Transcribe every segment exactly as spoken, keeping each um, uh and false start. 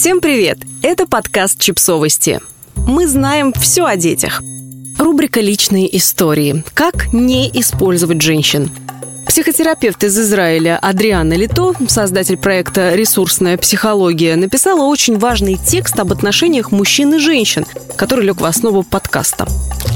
Всем привет! Это подкаст «Чипсовости». Мы знаем все о детях. Рубрика «Личные истории». Как не использовать женщин. Психотерапевт из Израиля Адриана Лито, создатель проекта «Ресурсная психология», написала очень важный текст об отношениях мужчин и женщин, который лег в основу подкаста.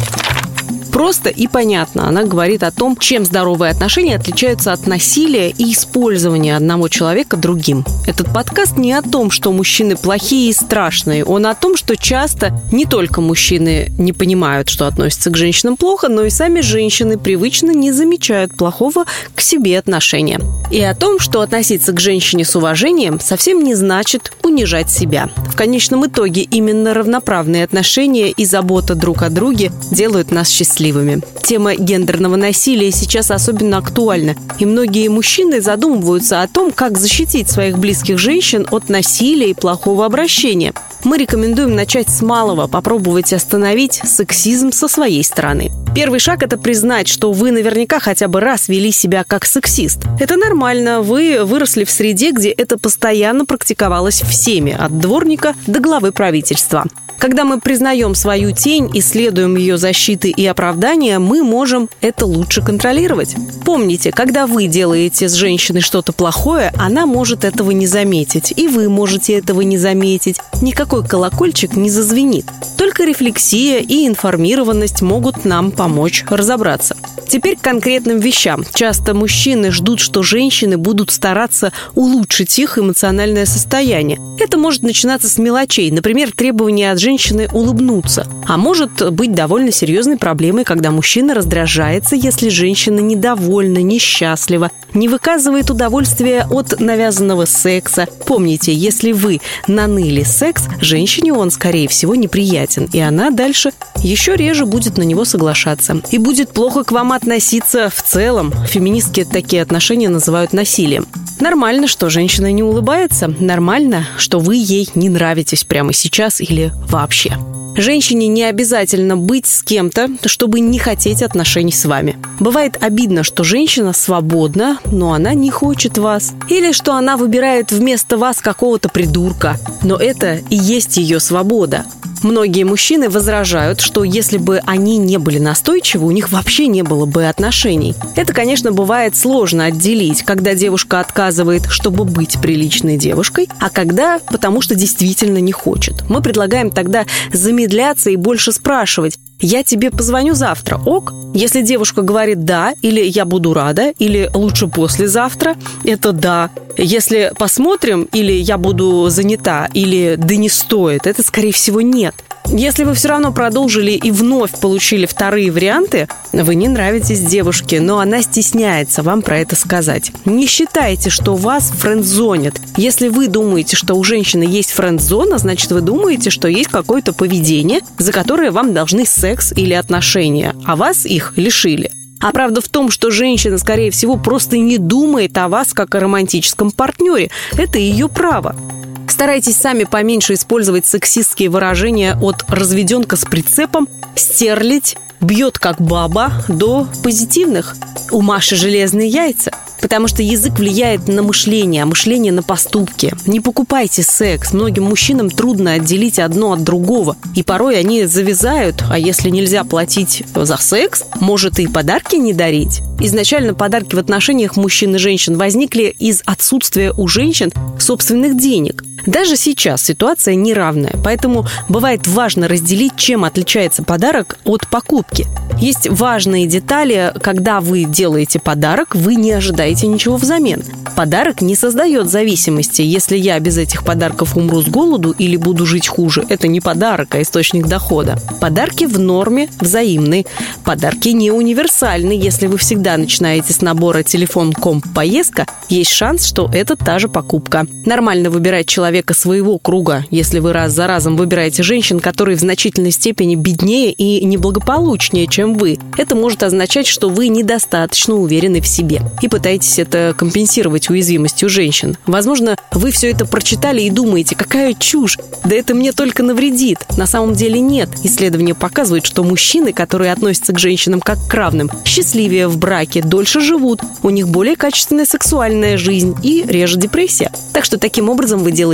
Просто и понятно. Она говорит о том, чем здоровые отношения отличаются от насилия и использования одного человека другим. Этот подкаст не о том, что мужчины плохие и страшные. Он о том, что часто не только мужчины не понимают, что относятся к женщинам плохо, но и сами женщины привычно не замечают плохого к себе отношения. И о том, что относиться к женщине с уважением совсем не значит унижать себя. В конечном итоге именно равноправные отношения и забота друг о друге делают нас счастливыми. Тема гендерного насилия сейчас особенно актуальна, и многие мужчины задумываются о том, как защитить своих близких женщин от насилия и плохого обращения. Мы рекомендуем начать с малого, попробовать остановить сексизм со своей стороны. Первый шаг – это признать, что вы наверняка хотя бы раз вели себя как сексист. Это нормально, вы выросли в среде, где это постоянно практиковалось всеми, от дворника до главы правительства. Когда мы признаем свою тень и следуем ее защиты и оправдания, мы можем это лучше контролировать. Помните, когда вы делаете с женщиной что-то плохое, она может этого не заметить, и вы можете этого не заметить. Никакой колокольчик не зазвенит. Только рефлексия и информированность могут нам помочь разобраться. Теперь к конкретным вещам. Часто мужчины ждут, что женщины будут стараться улучшить их эмоциональное состояние. Это может начинаться с мелочей, например, требования от женщины улыбнуться. А может быть довольно серьезной проблемой, когда мужчина раздражается, если женщина недовольна, несчастлива, не выказывает удовольствия от навязанного секса. Помните, если вы наныли секс, женщине он, скорее всего, неприятен, и она дальше еще реже будет на него соглашаться. И будет плохо к вам относиться в целом. Феминистки такие отношения называют насилием. Нормально, что женщина не улыбается. Нормально, что вы ей не нравитесь прямо сейчас или вообще. Женщине не обязательно быть с кем-то, чтобы не хотеть отношений с вами. Бывает обидно, что женщина свободна, но она не хочет вас. Или что она выбирает вместо вас какого-то придурка. Но это и есть ее свобода. Многие мужчины возражают, что если бы они не были настойчивы, у них вообще не было бы отношений. Это, конечно, бывает сложно отделить, когда девушка отказывает, чтобы быть приличной девушкой, а когда потому что действительно не хочет. Мы предлагаем тогда замедляться и больше спрашивать: «Я тебе позвоню завтра, ок?» Если девушка говорит «да», или «я буду рада», или «лучше послезавтра», это «да». Если «посмотрим», или «я буду занята», или «да не стоит», это, скорее всего, «нет». Если вы все равно продолжили и вновь получили вторые варианты, вы не нравитесь девушке, но она стесняется вам про это сказать. Не считайте, что вас френдзонят. Если вы думаете, что у женщины есть френдзона, значит, вы думаете, что есть какое-то поведение, за которое вам должны секс или отношения, а вас их лишили. А правда в том, что женщина, скорее всего, просто не думает о вас как о романтическом партнере. Это ее право. Старайтесь сами поменьше использовать сексистские выражения от «разведенка с прицепом», «стерлить», «бьет как баба» до позитивных «у Маши железные яйца». Потому что язык влияет на мышление, а мышление на поступки. Не покупайте секс. Многим мужчинам трудно отделить одно от другого. И порой они завязают, а если нельзя платить за секс, может и подарки не дарить. Изначально подарки в отношениях мужчин и женщин возникли из отсутствия у женщин собственных денег. Даже сейчас ситуация неравная, поэтому бывает важно разделить, чем отличается подарок от покупки. Есть важные детали, когда вы делаете подарок, вы не ожидаете ничего взамен. Подарок не создает зависимости. Если я без этих подарков умру с голоду или буду жить хуже, это не подарок, а источник дохода. Подарки в норме взаимны. Подарки не универсальны. Если вы всегда начинаете с набора телефон, комп, поездка, есть шанс, что это та же покупка. Нормально выбирать человека своего круга, если вы раз за разом выбираете женщин, которые в значительной степени беднее и неблагополучнее, чем вы. Это может означать, что вы недостаточно уверены в себе и пытаетесь это компенсировать уязвимостью женщин. Возможно, вы все это прочитали и думаете: какая чушь, да это мне только навредит. На самом деле нет. Исследования показывают, что мужчины, которые относятся к женщинам как к равным, счастливее в браке, дольше живут, у них более качественная сексуальная жизнь и реже депрессия. Так что таким образом вы делаете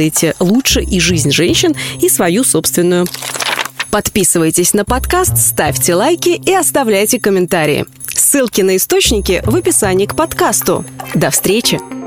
сделаете лучше и жизнь женщин, и свою собственную. Подписывайтесь на подкаст, ставьте лайки и оставляйте комментарии. Ссылки на источники в описании к подкасту. До встречи!